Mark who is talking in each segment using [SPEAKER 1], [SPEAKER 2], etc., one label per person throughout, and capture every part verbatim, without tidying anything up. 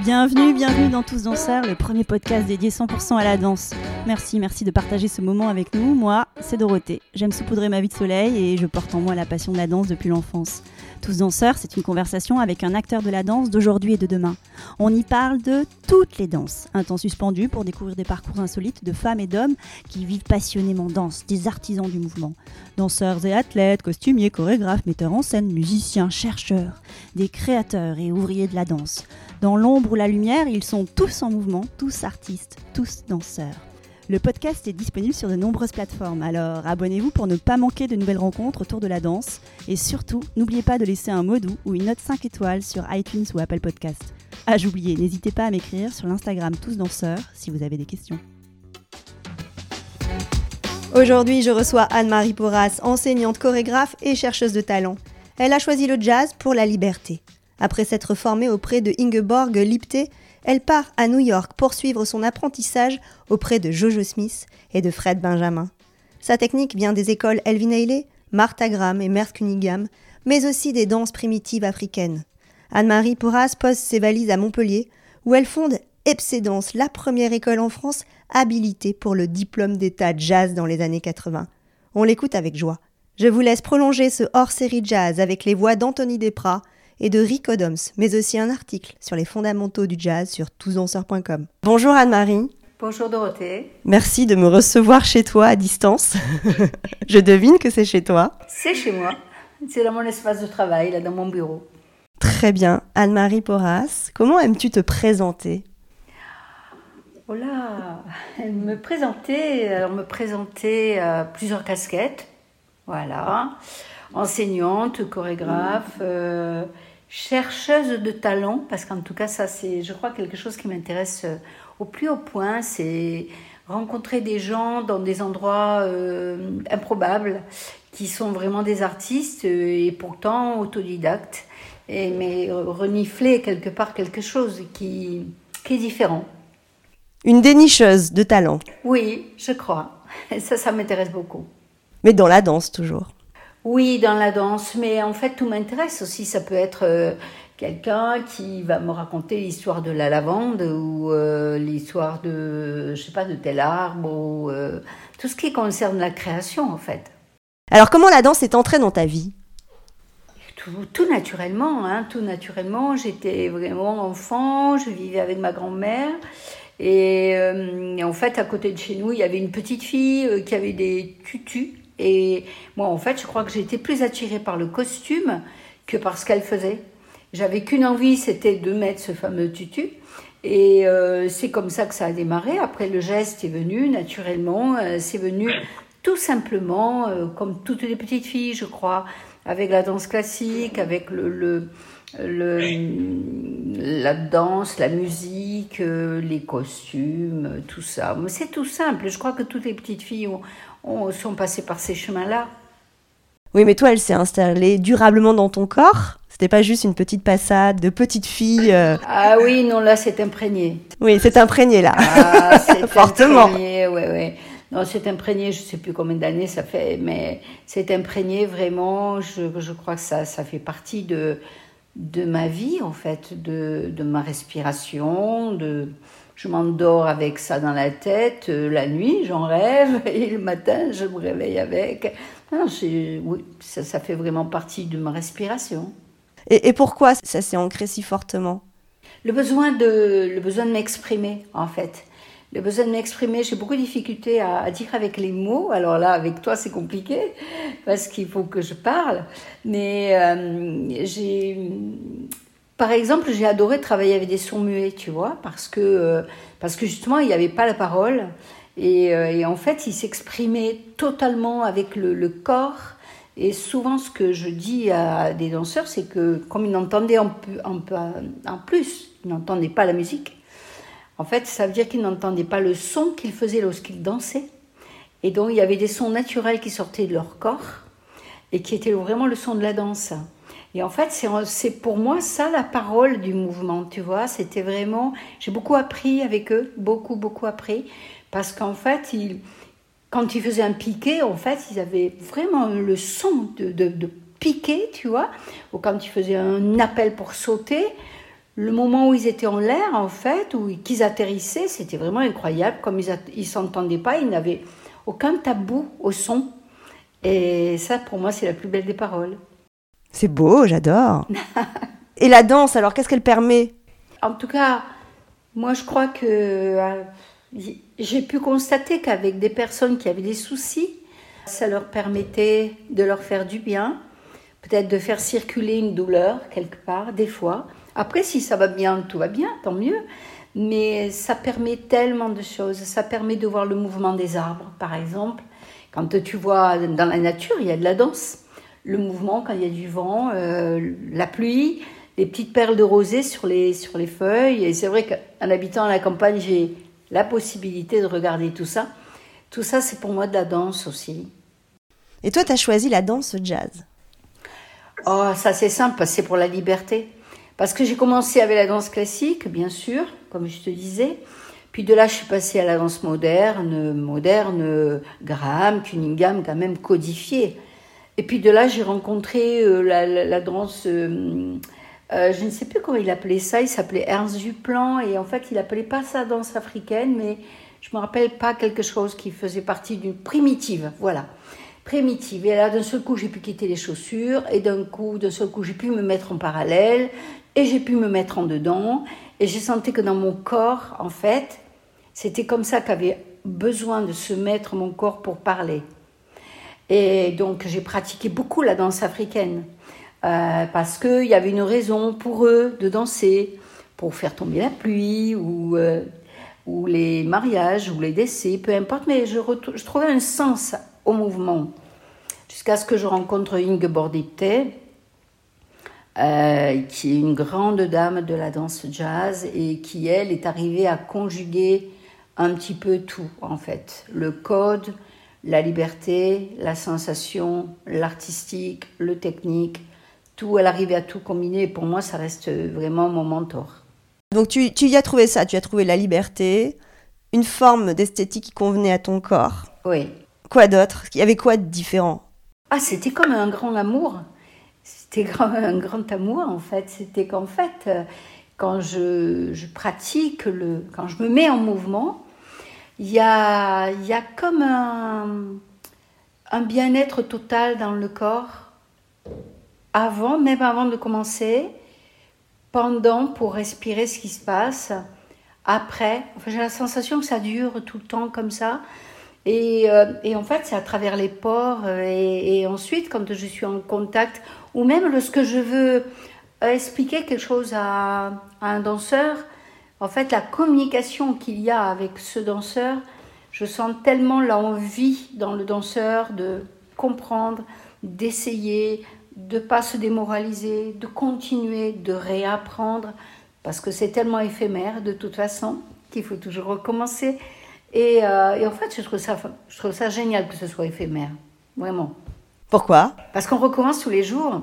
[SPEAKER 1] Bienvenue, bienvenue dans Tous Danseurs, le premier podcast dédié cent pour cent à la danse. Merci, merci de partager ce moment avec nous. Moi, c'est Dorothée. J'aime saupoudrer ma vie de soleil et je porte en moi la passion de la danse depuis l'enfance. Tous Danseurs, c'est une conversation avec un acteur de la danse d'aujourd'hui et de demain. On y parle de toutes les danses. Un temps suspendu pour découvrir des parcours insolites de femmes et d'hommes qui vivent passionnément danse, des artisans du mouvement. Danseurs et athlètes, costumiers, chorégraphes, metteurs en scène, musiciens, chercheurs, des créateurs et ouvriers de la danse. Dans l'ombre ou la lumière, ils sont tous en mouvement, tous artistes, tous danseurs. Le podcast est disponible sur de nombreuses plateformes, alors abonnez-vous pour ne pas manquer de nouvelles rencontres autour de la danse. Et surtout, n'oubliez pas de laisser un mot doux ou une note cinq étoiles sur iTunes ou Apple Podcast. Ah, j'oubliais, n'hésitez pas à m'écrire sur l'Instagram Tous Danseurs si vous avez des questions. Aujourd'hui, je reçois Anne-Marie Porras, enseignante, chorégraphe et chercheuse de talent. Elle a choisi le jazz pour la liberté. Après s'être formée auprès de Ingeborg Lipté, elle part à New York pour suivre son apprentissage auprès de Jojo Smith et de Fred Benjamin. Sa technique vient des écoles Elvin Ailey, Martha Graham et Merce Cunningham, mais aussi des danses primitives africaines. Anne-Marie Porras pose ses valises à Montpellier, où elle fonde Epsé Danse, la première école en France habilitée pour le diplôme d'état jazz dans les années quatre-vingts. On l'écoute avec joie. Je vous laisse prolonger ce hors-série jazz avec les voix d'Anthony Desprats et de Rick Odoms, mais aussi un article sur les fondamentaux du jazz sur tous danseurs point com. Bonjour Anne-Marie.
[SPEAKER 2] Bonjour Dorothée.
[SPEAKER 1] Merci de me recevoir chez toi à distance. Je devine que c'est chez toi.
[SPEAKER 2] C'est chez moi. C'est dans mon espace de travail, là, dans mon bureau.
[SPEAKER 1] Très bien. Anne-Marie Porras, comment aimes-tu te présenter ?
[SPEAKER 2] Oh là, me présenter, alors me présenter euh, plusieurs casquettes. Voilà. Enseignante, chorégraphe, euh, chercheuse de talent, parce qu'en tout cas, ça, c'est, je crois, quelque chose qui m'intéresse au plus haut point, c'est rencontrer des gens dans des endroits euh, improbables, qui sont vraiment des artistes et pourtant autodidactes, et, mais renifler quelque part quelque chose qui, qui est différent.
[SPEAKER 1] Une dénicheuse de talent.
[SPEAKER 2] Oui, je crois. Et ça, ça m'intéresse beaucoup.
[SPEAKER 1] Mais dans la danse, toujours.
[SPEAKER 2] Oui, dans la danse, mais en fait, tout m'intéresse aussi. Ça peut être euh, quelqu'un qui va me raconter l'histoire de la lavande ou euh, l'histoire de, je sais pas, de tel arbre ou euh, tout ce qui concerne la création, en fait.
[SPEAKER 1] Alors, comment la danse est entrée dans ta vie ?
[SPEAKER 2] Tout, tout naturellement, hein, tout naturellement. J'étais vraiment enfant, je vivais avec ma grand-mère. Et, euh, et en fait, à côté de chez nous, il y avait une petite fille euh, qui avait des tutus. Et moi, en fait, je crois que j'étais plus attirée par le costume que par ce qu'elle faisait. J'avais qu'une envie, c'était de mettre ce fameux tutu. Et euh, c'est comme ça que ça a démarré. Après, le geste est venu naturellement. Euh, c'est venu tout simplement, euh, comme toutes les petites filles, je crois, avec la danse classique, avec le... le Le, la danse, la musique, euh, les costumes, tout ça. Mais c'est tout simple. Je crois que toutes les petites filles ont, ont, sont passées par ces chemins-là.
[SPEAKER 1] Oui, mais toi, elle s'est installée durablement dans ton corps ? C'était pas juste une petite passade de petite fille euh...
[SPEAKER 2] Ah oui, non, là, c'est imprégné.
[SPEAKER 1] Oui, c'est imprégné, là.
[SPEAKER 2] Ah, c'est
[SPEAKER 1] fortement.
[SPEAKER 2] Imprégné, ouais, ouais. Non, c'est imprégné, je sais plus combien d'années ça fait, mais c'est imprégné vraiment. Je, je crois que ça, ça fait partie de... de ma vie, en fait, de, de ma respiration, de, je m'endors avec ça dans la tête, euh, la nuit, j'en rêve, et le matin, je me réveille avec. Non, c'est, oui, ça, ça fait vraiment partie de ma respiration.
[SPEAKER 1] Et, et pourquoi ça s'est ancré si fortement ?
[SPEAKER 2] Le besoin de, le besoin de m'exprimer, en fait. Le besoin de m'exprimer, j'ai beaucoup de difficultés à, à dire avec les mots. Alors là, avec toi, c'est compliqué parce qu'il faut que je parle. Mais euh, j'ai, par exemple, j'ai adoré travailler avec des sons muets, tu vois, parce que euh, parce que justement, il n'y avait pas la parole et, euh, et en fait, ils s'exprimaient totalement avec le, le corps. Et souvent, ce que je dis à des danseurs, c'est que comme ils n'entendaient en, en, en plus, ils n'entendaient pas la musique. En fait, ça veut dire qu'ils n'entendaient pas le son qu'ils faisaient lorsqu'ils dansaient. Et donc, il y avait des sons naturels qui sortaient de leur corps et qui étaient vraiment le son de la danse. Et en fait, c'est, c'est pour moi ça la parole du mouvement, tu vois. C'était vraiment... J'ai beaucoup appris avec eux, beaucoup, beaucoup appris. Parce qu'en fait, ils, quand ils faisaient un piqué, en fait, ils avaient vraiment le son de, de, de piqué, tu vois. Ou quand ils faisaient un appel pour sauter... le moment où ils étaient en l'air, en fait, où qu'ils atterrissaient, c'était vraiment incroyable. Comme ils ne s'entendaient pas, ils n'avaient aucun tabou au son. Et ça, pour moi, c'est la plus belle des paroles.
[SPEAKER 3] C'est beau, j'adore. Et la danse, alors, qu'est-ce qu'elle permet ?
[SPEAKER 2] En tout cas, moi, je crois que euh, j'ai pu constater qu'avec des personnes qui avaient des soucis, ça leur permettait de leur faire du bien, peut-être de faire circuler une douleur quelque part, des fois. Après, si ça va bien, tout va bien, tant mieux. Mais ça permet tellement de choses. Ça permet de voir le mouvement des arbres, par exemple. Quand tu vois dans la nature, il y a de la danse. Le mouvement, quand il y a du vent, euh, la pluie, les petites perles de rosée sur les, sur les feuilles. Et c'est vrai qu'en habitant à la campagne, j'ai la possibilité de regarder tout ça. Tout ça, c'est pour moi de la danse aussi.
[SPEAKER 3] Et toi, tu as choisi la danse jazz ?
[SPEAKER 2] Oh, ça c'est simple, parce que c'est pour la liberté. Parce que j'ai commencé avec la danse classique, bien sûr, comme je te disais. Puis de là, je suis passée à la danse moderne, moderne, Graham, Cunningham, quand même codifiée. Et puis de là, j'ai rencontré euh, la, la, la danse, euh, euh, je ne sais plus comment il appelait ça, il s'appelait Ernst Duplan, et en fait, il appelait pas ça danse africaine, mais je me rappelle pas quelque chose qui faisait partie d'une primitive, voilà. Primitive. Et là, d'un seul coup, j'ai pu quitter les chaussures, et d'un coup, d'un seul coup, j'ai pu me mettre en parallèle, et j'ai pu me mettre en dedans, et j'ai senti que dans mon corps, en fait, c'était comme ça qu'avait besoin de se mettre mon corps pour parler. Et donc, j'ai pratiqué beaucoup la danse africaine, euh, parce qu'il y avait une raison pour eux de danser, pour faire tomber la pluie, ou, euh, ou les mariages, ou les décès, peu importe, mais je, retou- je trouvais un sens au mouvement, jusqu'à ce que je rencontre Ingeborg Dipte, euh, qui est une grande dame de la danse jazz et qui, elle, est arrivée à conjuguer un petit peu tout, en fait. Le code, la liberté, la sensation, l'artistique, le technique, tout, elle arrivait à tout combiner. Et pour moi, ça reste vraiment mon mentor.
[SPEAKER 3] Donc tu, tu y as trouvé ça, tu as trouvé la liberté, une forme d'esthétique qui convenait à ton corps.
[SPEAKER 2] Oui.
[SPEAKER 3] Quoi d'autre ? Il y avait quoi de différent ?
[SPEAKER 2] Ah, c'était comme un grand amour. C'était un grand amour, en fait. C'était qu'en fait, quand je, je pratique, le, quand je me mets en mouvement, il y a, il y a comme un, un bien-être total dans le corps, avant, même avant de commencer, pendant, pour respirer ce qui se passe, après. Enfin, j'ai la sensation que ça dure tout le temps comme ça. Et, euh, et en fait, c'est à travers les pores. Et, et ensuite, quand je suis en contact, ou même lorsque je veux expliquer quelque chose à, à un danseur, en fait, la communication qu'il y a avec ce danseur, je sens tellement l'envie dans le danseur de comprendre, d'essayer, de ne pas se démoraliser, de continuer, de réapprendre, parce que c'est tellement éphémère de toute façon qu'il faut toujours recommencer. Et, euh, et en fait, je trouve, ça, je trouve ça génial que ce soit éphémère, vraiment.
[SPEAKER 3] Pourquoi ?
[SPEAKER 2] Parce qu'on recommence tous les jours.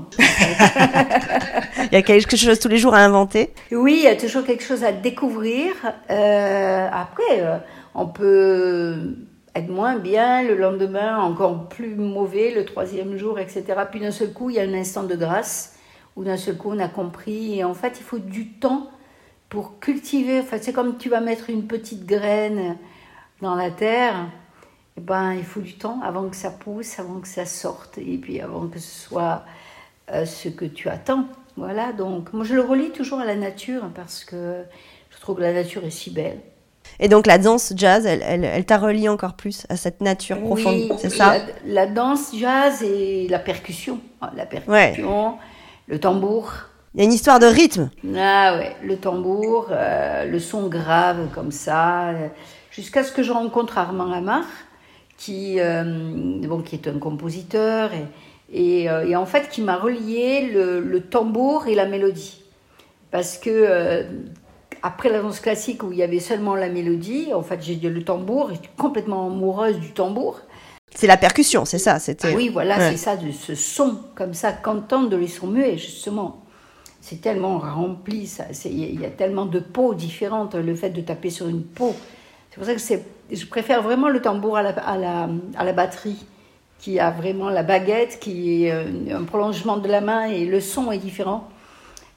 [SPEAKER 3] Il y a quelque chose tous les jours à inventer ?
[SPEAKER 2] Oui, il y a toujours quelque chose à découvrir. Euh, après, euh, on peut être moins bien, le lendemain encore plus mauvais, le troisième jour, et cetera. Puis d'un seul coup, il y a un instant de grâce, où d'un seul coup, on a compris. Et en fait, il faut du temps pour cultiver. Enfin, c'est comme tu vas mettre une petite graine dans la terre. Eh ben, il faut du temps avant que ça pousse, avant que ça sorte, et puis avant que ce soit euh, ce que tu attends. Voilà, donc moi je le relie toujours à la nature, parce que je trouve que la nature est si belle.
[SPEAKER 3] Et donc la danse jazz, elle, elle, elle t'a relié encore plus à cette nature profonde,
[SPEAKER 2] oui,
[SPEAKER 3] c'est ça ?
[SPEAKER 2] la, la danse jazz et la percussion. La percussion, ouais. Le tambour.
[SPEAKER 3] Il y a une histoire de rythme.
[SPEAKER 2] Ah ouais, le tambour, euh, le son grave comme ça, euh, jusqu'à ce que je rencontre Armand Lamar, qui, euh, bon, qui est un compositeur et, et, euh, et en fait qui m'a relié le, le tambour et la mélodie. Parce que euh, après la danse classique où il y avait seulement la mélodie, en fait j'ai dit le tambour, j'étais complètement amoureuse du tambour.
[SPEAKER 3] C'est la percussion, c'est ça c'était...
[SPEAKER 2] Ah oui, voilà,
[SPEAKER 3] ouais.
[SPEAKER 2] C'est ça, de ce son comme ça, qu'entendent les sons muets, justement. C'est tellement rempli, ça. Il y a tellement de peaux différentes, le fait de taper sur une peau. C'est pour ça que c'est, je préfère vraiment le tambour à la, à, la, à la batterie, qui a vraiment la baguette, qui est un prolongement de la main, et le son est différent.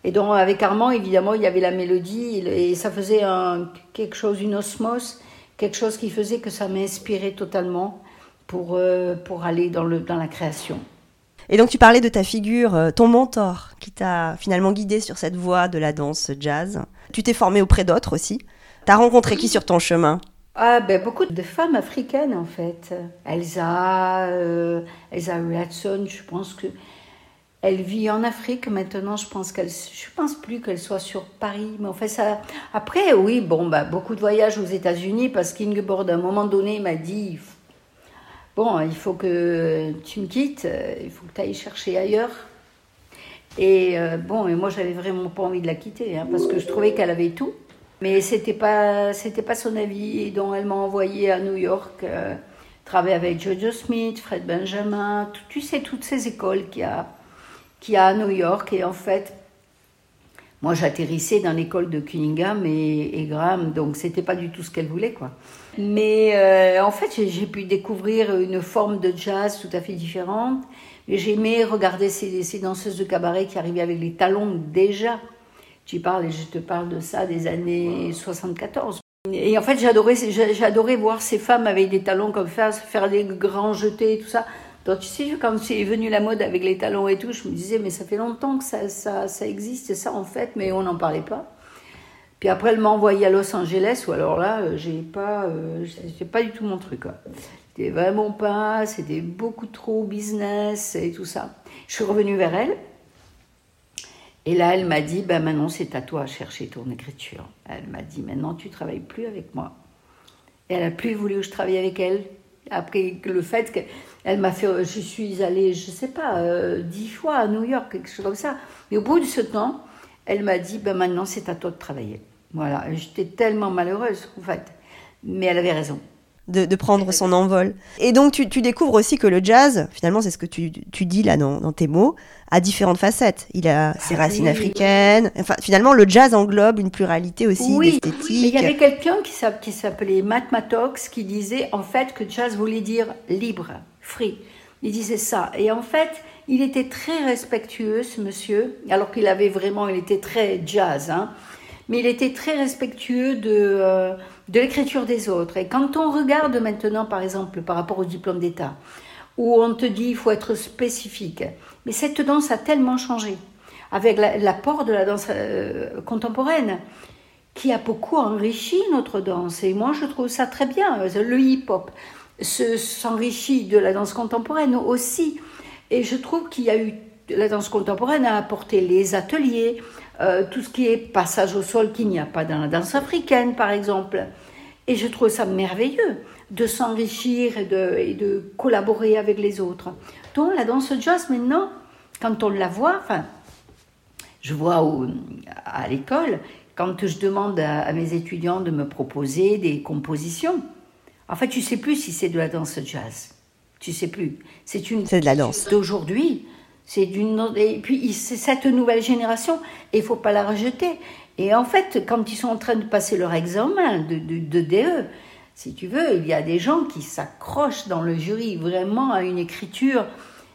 [SPEAKER 2] Et donc avec Armand, évidemment, il y avait la mélodie et ça faisait un, quelque chose, une osmose, quelque chose qui faisait que ça m'inspirait totalement pour, euh, pour aller dans, le, dans la création.
[SPEAKER 3] Et donc tu parlais de ta figure, euh, ton mentor, qui t'a finalement guidé sur cette voie de la danse jazz. Tu t'es formée auprès d'autres aussi. T'as rencontré qui sur ton chemin ?
[SPEAKER 2] Ah ben beaucoup de femmes africaines en fait. Elsa, euh, Elsa Hudson, je pense que elle vit en Afrique maintenant. Je pense qu'elle, je pense plus qu'elle soit sur Paris, mais en fait ça. Après oui bon bah beaucoup de voyages aux États-Unis parce qu'Ingeborg à un moment donné m'a dit bon il faut que tu me quittes, il faut que tu ailles chercher ailleurs. Et euh, bon et moi j'avais vraiment pas envie de la quitter hein, parce que je trouvais qu'elle avait tout. Mais c'était pas, c'était pas son avis, et donc elle m'a envoyé à New York, euh, travailler avec Jojo Smith, Fred Benjamin, tout, tu sais, toutes ces écoles qu'il y a, qu'il y a à New York. Et en fait, moi j'atterrissais dans l'école de Cunningham et, et Graham, donc c'était pas du tout ce qu'elle voulait, quoi. Mais euh, en fait, j'ai, j'ai pu découvrir une forme de jazz tout à fait différente. J'aimais regarder ces, ces danseuses de cabaret qui arrivaient avec les talons déjà. Tu parles, et je te parle de ça des années soixante-quatorze. Et en fait, j'adorais, j'adorais voir ces femmes avec des talons comme ça, faire des grands jetés et tout ça. Donc, tu sais, quand c'est venu la mode avec les talons et tout, je me disais, mais ça fait longtemps que ça, ça, ça existe, ça en fait, mais on n'en parlait pas. Puis après, elle m'a envoyée à Los Angeles, où alors là, j'ai pas, euh, c'était pas du tout mon truc, quoi. C'était vraiment pas, c'était beaucoup trop business et tout ça. Je suis revenue vers elle. Et là, elle m'a dit, ben maintenant, c'est à toi à chercher ton écriture. Elle m'a dit, maintenant, tu ne travailles plus avec moi. Et elle n'a plus voulu que je travaille avec elle. Après le fait qu'elle m'a fait... Je suis allée, je ne sais pas, euh, dix fois à New York, quelque chose comme ça. Mais au bout de ce temps, elle m'a dit, ben maintenant, c'est à toi de travailler. Voilà, j'étais tellement malheureuse, en fait. Mais elle avait raison.
[SPEAKER 3] De, de prendre son envol. Et donc, tu, tu découvres aussi que le jazz, finalement, c'est ce que tu, tu dis là dans, dans tes mots, a différentes facettes. Il a ses
[SPEAKER 2] ah,
[SPEAKER 3] racines
[SPEAKER 2] oui.
[SPEAKER 3] africaines. Enfin, finalement, le jazz englobe une pluralité aussi
[SPEAKER 2] oui,
[SPEAKER 3] d'esthétique.
[SPEAKER 2] Oui, il y avait quelqu'un qui s'appelait Matt Mattox qui disait, en fait, que jazz voulait dire libre, free. Il disait ça. Et en fait, il était très respectueux, ce monsieur, alors qu'il avait vraiment, il était très jazz, hein. Mais il était très respectueux de, euh, de l'écriture des autres. Et quand on regarde maintenant, par exemple, par rapport au diplôme d'État, où on te dit qu'il faut être spécifique, mais cette danse a tellement changé, avec la, l'apport de la danse euh, contemporaine, qui a beaucoup enrichi notre danse. Et moi, je trouve ça très bien. Le hip-hop se, s'enrichit de la danse contemporaine aussi. Et je trouve qu'il y a eu... La danse contemporaine a apporté les ateliers, euh, tout ce qui est passage au sol qu'il n'y a pas dans la danse africaine, par exemple. Et je trouve ça merveilleux de s'enrichir et de, et de collaborer avec les autres. Donc la danse jazz, maintenant, quand on la voit, enfin, je vois au, à l'école, quand je demande à, à mes étudiants de me proposer des compositions, en fait, tu ne sais plus si c'est de la danse jazz. Tu ne sais plus. C'est, une,
[SPEAKER 3] c'est de la danse.
[SPEAKER 2] D'aujourd'hui. C'est d'une, et puis, c'est cette nouvelle génération, et il ne faut pas la rejeter. Et en fait, quand ils sont en train de passer leur examen de, de, de D E, si tu veux, il y a des gens qui s'accrochent dans le jury vraiment à une écriture.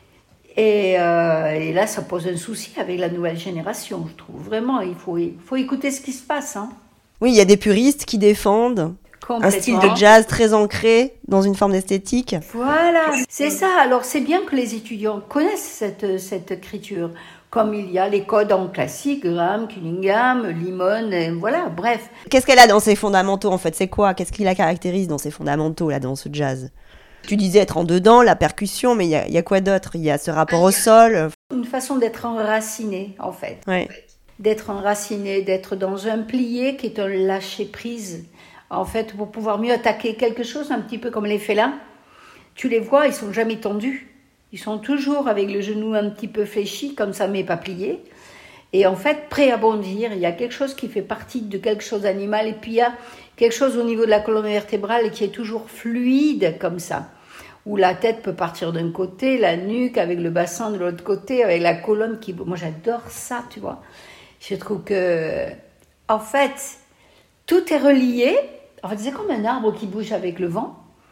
[SPEAKER 2] Et, euh, et là, ça pose un souci avec la nouvelle génération, je trouve. Vraiment, il faut, il faut écouter ce qui se passe. Hein.
[SPEAKER 3] Oui, il y a des puristes qui défendent un style de jazz très ancré dans une forme d'esthétique.
[SPEAKER 2] Voilà, c'est ça. Alors, c'est bien que les étudiants connaissent cette, cette écriture. Comme il y a les codes en classique, Graham, Cunningham, Limon, et voilà, bref.
[SPEAKER 3] Qu'est-ce qu'elle a dans ses fondamentaux, en fait ? C'est quoi ? Qu'est-ce qui la caractérise dans ses fondamentaux, là, dans ce jazz ? Tu disais être en dedans, la percussion, mais il y a, y a quoi d'autre ? Il y a ce rapport au sol.
[SPEAKER 2] Une façon d'être enraciné, en fait.
[SPEAKER 3] Ouais.
[SPEAKER 2] D'être enraciné, d'être dans un plié qui est un lâcher-prise. En fait, pour pouvoir mieux attaquer quelque chose, un petit peu comme les félins, tu les vois, ils sont jamais tendus. Ils sont toujours avec le genou un petit peu fléchi, comme ça, mais pas plié. Et en fait, prêt à bondir. Il y a quelque chose qui fait partie de quelque chose d'animal. Et puis, il y a quelque chose au niveau de la colonne vertébrale qui est toujours fluide, comme ça. Où la tête peut partir d'un côté, la nuque avec le bassin de l'autre côté, avec la colonne qui... Moi, j'adore ça, tu vois. Je trouve que, en fait, tout est relié. En fait, c'est comme un arbre qui bouge avec le vent.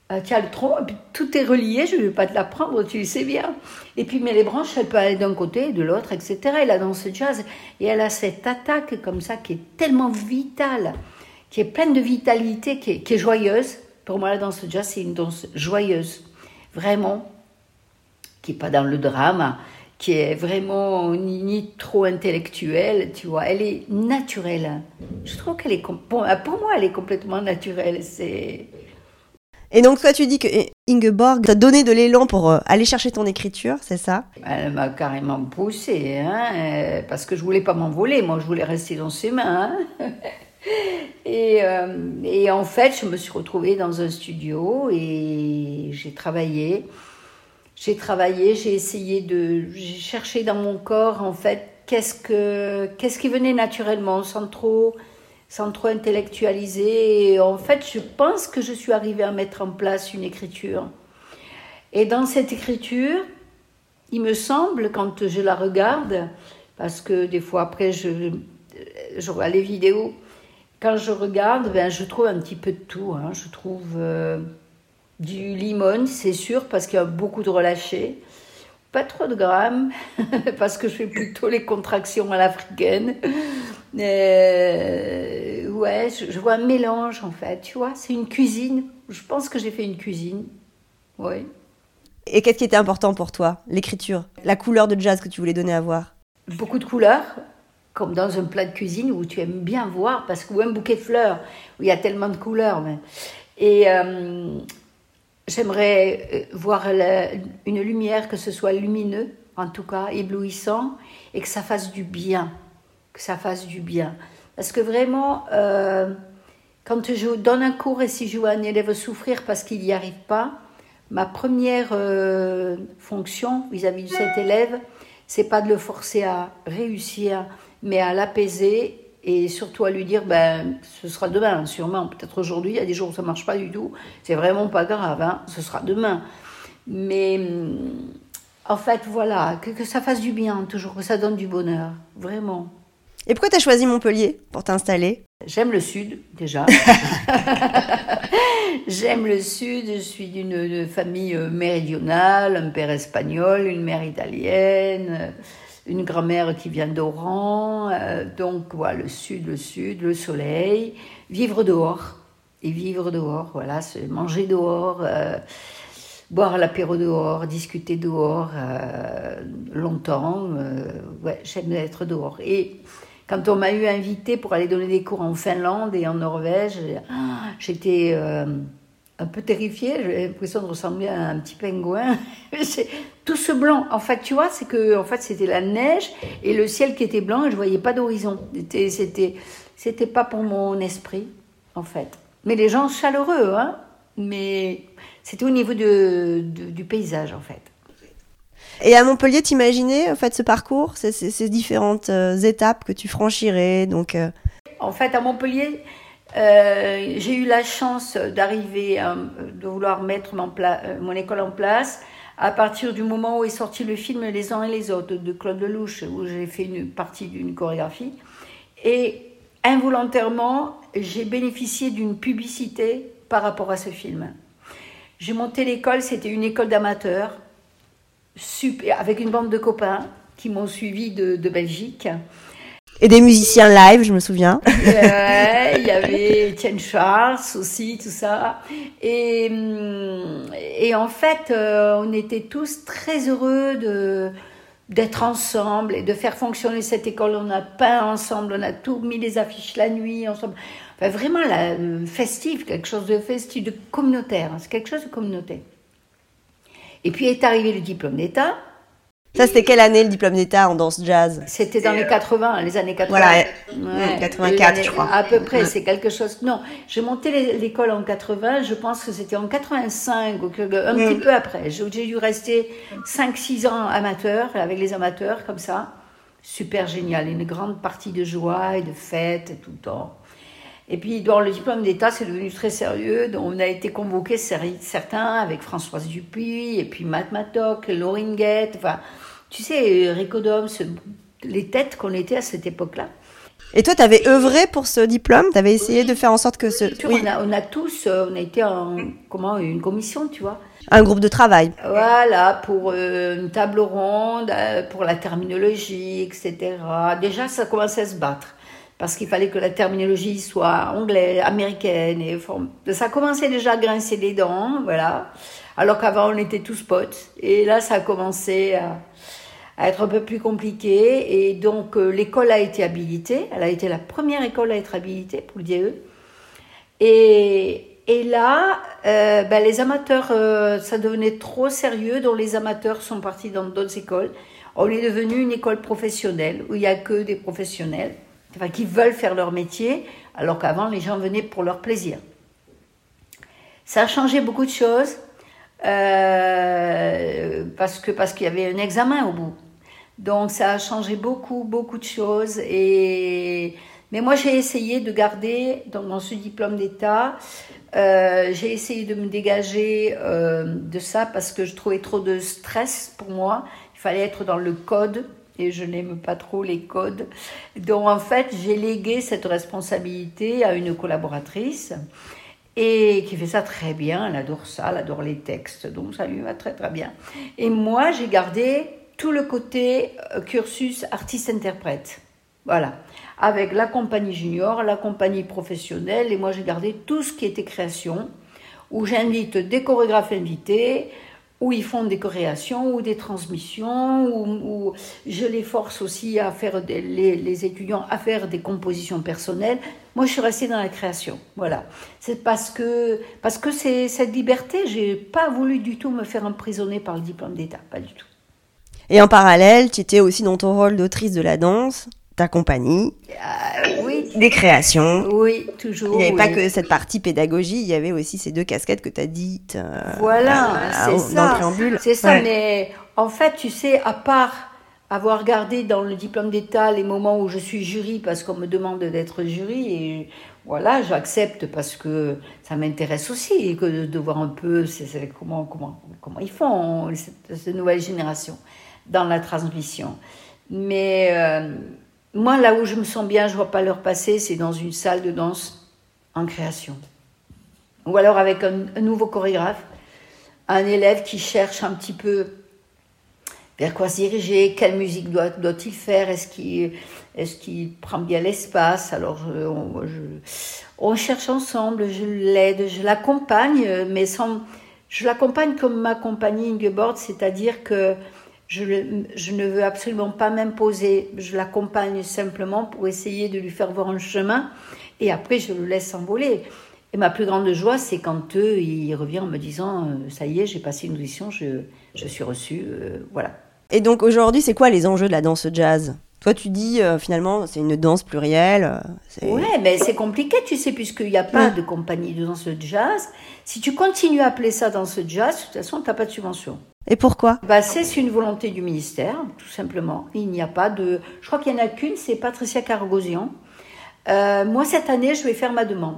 [SPEAKER 2] Euh, tu as le tronc, et puis tout est relié, je ne vais pas te l'apprendre, tu le sais bien. Et puis, mais les branches, elles peuvent aller d'un côté, de l'autre, et cetera. Et la danse jazz, et elle a cette attaque comme ça qui est tellement vitale, qui est pleine de vitalité, qui est, qui est joyeuse. Pour moi, la danse jazz, c'est une danse joyeuse, vraiment, qui n'est pas dans le drame, qui est vraiment ni, ni trop intellectuelle, tu vois. Elle est naturelle. Je trouve qu'elle est, pour, pour moi, elle est complètement naturelle. C'est...
[SPEAKER 3] Et donc toi, tu dis que Ingeborg t'a donné de l'élan pour euh, aller chercher ton écriture, c'est ça ?
[SPEAKER 2] Elle m'a carrément poussée, hein, euh, parce que je voulais pas m'envoler, moi je voulais rester dans ses mains. Hein. et, euh, et en fait, je me suis retrouvée dans un studio et j'ai travaillé. J'ai travaillé, j'ai essayé de... J'ai cherché dans mon corps, en fait, qu'est-ce, que, qu'est-ce qui venait naturellement, sans trop... sans trop intellectualiser. Et en fait, je pense que je suis arrivée à mettre en place une écriture. Et dans cette écriture, il me semble, quand je la regarde, parce que des fois après, je, je regarde les vidéos, quand je regarde, ben, je trouve un petit peu de tout. Hein. Je trouve euh, du limon, c'est sûr, parce qu'il y a beaucoup de relâchés. Pas trop de grammes, parce que je fais plutôt les contractions à l'africaine. Euh, ouais, je, je vois un mélange en fait, tu vois, c'est une cuisine. Je pense que j'ai fait une cuisine, oui.
[SPEAKER 3] Et qu'est-ce qui était important pour toi ? L'écriture, la couleur de jazz que tu voulais donner à voir ?
[SPEAKER 2] Beaucoup de couleurs, comme dans un plat de cuisine où tu aimes bien voir, parce que, ou un bouquet de fleurs, où il y a tellement de couleurs. Mais... Et euh, j'aimerais voir la, une lumière, que ce soit lumineux, en tout cas, éblouissant, et que ça fasse du bien. que ça fasse du bien. Parce que vraiment, euh, quand je donne un cours et si je vois un élève souffrir parce qu'il n'y arrive pas, ma première euh, fonction vis-à-vis de cet élève, c'est pas de le forcer à réussir, mais à l'apaiser et surtout à lui dire, ben, ce sera demain, sûrement. Peut-être aujourd'hui, il y a des jours où ça ne marche pas du tout. C'est vraiment pas grave, hein, ce sera demain. Mais en fait, voilà, que, que ça fasse du bien, toujours, que ça donne du bonheur, vraiment.
[SPEAKER 3] Et pourquoi tu as choisi Montpellier pour t'installer ?
[SPEAKER 2] J'aime le Sud, déjà. J'aime le Sud, je suis d'une famille méridionale, un père espagnol, une mère italienne, une grand-mère qui vient d'Oran. Donc, voilà, le Sud, le Sud, le soleil, vivre dehors. Et vivre dehors, voilà, c'est manger dehors, euh, boire l'apéro dehors, discuter dehors euh, longtemps. Euh, ouais, j'aime être dehors. Et... Quand on m'a eu invitée pour aller donner des cours en Finlande et en Norvège, j'étais euh, un peu terrifiée. J'avais l'impression de ressembler à un petit pingouin. Tout ce blanc, en fait, tu vois, c'est que en fait, c'était la neige et le ciel qui était blanc et je ne voyais pas d'horizon. C'était, c'était, c'était pas pour mon esprit, en fait. Mais les gens chaleureux, hein. Mais c'était au niveau de, de, du paysage, en fait.
[SPEAKER 3] Et à Montpellier, t'imaginais en fait ce parcours, ces, ces, ces différentes euh, étapes que tu franchirais donc, euh...
[SPEAKER 2] En fait, à Montpellier, euh, j'ai eu la chance d'arriver, à, de vouloir mettre mon, pla- mon école en place à partir du moment où est sorti le film Les uns et les autres de Claude Lelouch, où j'ai fait une partie d'une chorégraphie. Et involontairement, j'ai bénéficié d'une publicité par rapport à ce film. J'ai monté l'école, c'était une école d'amateurs. Super, avec une bande de copains qui m'ont suivi de, de Belgique.
[SPEAKER 3] Et des musiciens live, je me souviens.
[SPEAKER 2] Ouais, il y avait Étienne Charles aussi, tout ça. Et, et en fait, euh, on était tous très heureux de, d'être ensemble et de faire fonctionner cette école. On a peint ensemble, on a tout mis les affiches la nuit ensemble. Enfin, vraiment la, festif, quelque chose de festif, de communautaire. C'est quelque chose de communautaire. Et puis est arrivé le diplôme d'État.
[SPEAKER 3] Ça, c'était quelle année le diplôme d'État en danse jazz ?
[SPEAKER 2] C'était dans les quatre-vingts, les années quatre-vingts.
[SPEAKER 3] Voilà,
[SPEAKER 2] ouais,
[SPEAKER 3] quatre-vingt-quatre,
[SPEAKER 2] années,
[SPEAKER 3] je crois.
[SPEAKER 2] À peu près, c'est quelque chose... Non, j'ai monté l'école en quatre-vingts, je pense que c'était en quatre-vingt-cinq, ou un mmh. petit peu après. J'ai dû rester cinq six ans amateur, avec les amateurs, comme ça. Super génial, une grande partie de joie et de fête tout le temps. Et puis, dans le diplôme d'État, c'est devenu très sérieux. Donc, on a été convoqués, certains, avec Françoise Dupuis, et puis Matt Mattock, Laurine Guette, enfin, tu sais, Rico Doms, les têtes qu'on était à cette époque-là.
[SPEAKER 3] Et toi, tu avais œuvré pour ce diplôme? Tu avais essayé oui. de faire en sorte que ce...
[SPEAKER 2] Oui. On, a, on a tous, euh, on a été en comment, une commission, tu vois.
[SPEAKER 3] Un groupe de travail.
[SPEAKER 2] Voilà, pour euh, une table ronde, euh, pour la terminologie, et cetera. Déjà, ça commençait à se battre. Parce qu'il fallait que la terminologie soit anglaise, américaine. Et ça commençait déjà à grincer les dents, voilà. Alors qu'avant, on était tous potes. Et là, ça a commencé à... à être un peu plus compliqué, et donc euh, l'école a été habilitée, elle a été la première école à être habilitée pour le D E, et, et là, euh, ben, les amateurs, euh, ça devenait trop sérieux, donc les amateurs sont partis dans d'autres écoles. On est devenu une école professionnelle, où il n'y a que des professionnels, enfin, qui veulent faire leur métier, alors qu'avant, les gens venaient pour leur plaisir. Ça a changé beaucoup de choses, Euh, parce que parce qu'il y avait un examen au bout. Donc ça a changé beaucoup beaucoup de choses, et mais moi j'ai essayé de garder dans, dans ce diplôme d'État, euh, j'ai essayé de me dégager euh, de ça, parce que je trouvais trop de stress pour moi. Il fallait être dans le code, et je n'aime pas trop les codes. Donc en fait j'ai légué cette responsabilité à une collaboratrice, et qui fait ça très bien. Elle adore ça, elle adore les textes, donc ça lui va très très bien. Et moi, j'ai gardé tout le côté cursus artiste-interprète, voilà, avec la compagnie junior, la compagnie professionnelle, et moi j'ai gardé tout ce qui était création, où j'invite des chorégraphes invités, où ils font des créations ou des transmissions, où, où je les force aussi à faire des, les, les étudiants à faire des compositions personnelles. Moi, je suis restée dans la création, voilà. C'est parce que parce que c'est cette liberté, j'ai pas voulu du tout me faire emprisonner par le diplôme d'État, pas du tout.
[SPEAKER 3] Et en parallèle, tu étais aussi dans ton rôle d'autrice de la danse, ta compagnie,
[SPEAKER 2] euh, oui,
[SPEAKER 3] des créations.
[SPEAKER 2] Oui, toujours.
[SPEAKER 3] Il n'y avait
[SPEAKER 2] oui.
[SPEAKER 3] pas que cette partie pédagogie, il y avait aussi ces deux casquettes que tu as dites. Euh,
[SPEAKER 2] voilà,
[SPEAKER 3] à,
[SPEAKER 2] c'est
[SPEAKER 3] dans
[SPEAKER 2] ça.
[SPEAKER 3] le préambule.
[SPEAKER 2] C'est ça,
[SPEAKER 3] ouais.
[SPEAKER 2] Mais en fait, tu sais, à part avoir regardé dans le diplôme d'État les moments où je suis jury, parce qu'on me demande d'être jury, et voilà, j'accepte parce que ça m'intéresse aussi, et que de, de voir un peu c'est, c'est, comment, comment, comment ils font, cette, cette nouvelle génération, dans la transmission. Mais euh, moi, là où je me sens bien, je ne vois pas l'heure passer, c'est dans une salle de danse en création. Ou alors avec un, un nouveau chorégraphe, un élève qui cherche un petit peu vers quoi se diriger, quelle musique doit, doit-il faire, est-ce qu'il, est-ce qu'il prend bien l'espace. Alors je, on, je, on cherche ensemble, je l'aide, je l'accompagne, mais sans, je l'accompagne comme ma compagnie Ingeborg, c'est-à-dire que je, je ne veux absolument pas m'imposer, je l'accompagne simplement pour essayer de lui faire voir un chemin, et après je le laisse s'envoler. Et ma plus grande joie, c'est quand eux, il revient en me disant euh, « ça y est, j'ai passé une audition, je, je suis reçue, euh, voilà ».
[SPEAKER 3] Et donc aujourd'hui, c'est quoi les enjeux de la danse jazz ? Toi, tu dis euh, finalement, c'est une danse plurielle. C'est...
[SPEAKER 2] Ouais, mais c'est compliqué, tu sais, puisqu'il n'y a pas ouais. de compagnie de danse jazz. Si tu continues à appeler ça danse jazz, de toute façon, tu n'as pas de subvention.
[SPEAKER 3] Et pourquoi ?
[SPEAKER 2] Bah, c'est une volonté du ministère, tout simplement. Il n'y a pas de... Je crois qu'il n'y en a qu'une, c'est Patricia Cargosian. Euh, moi, cette année, je vais faire ma demande.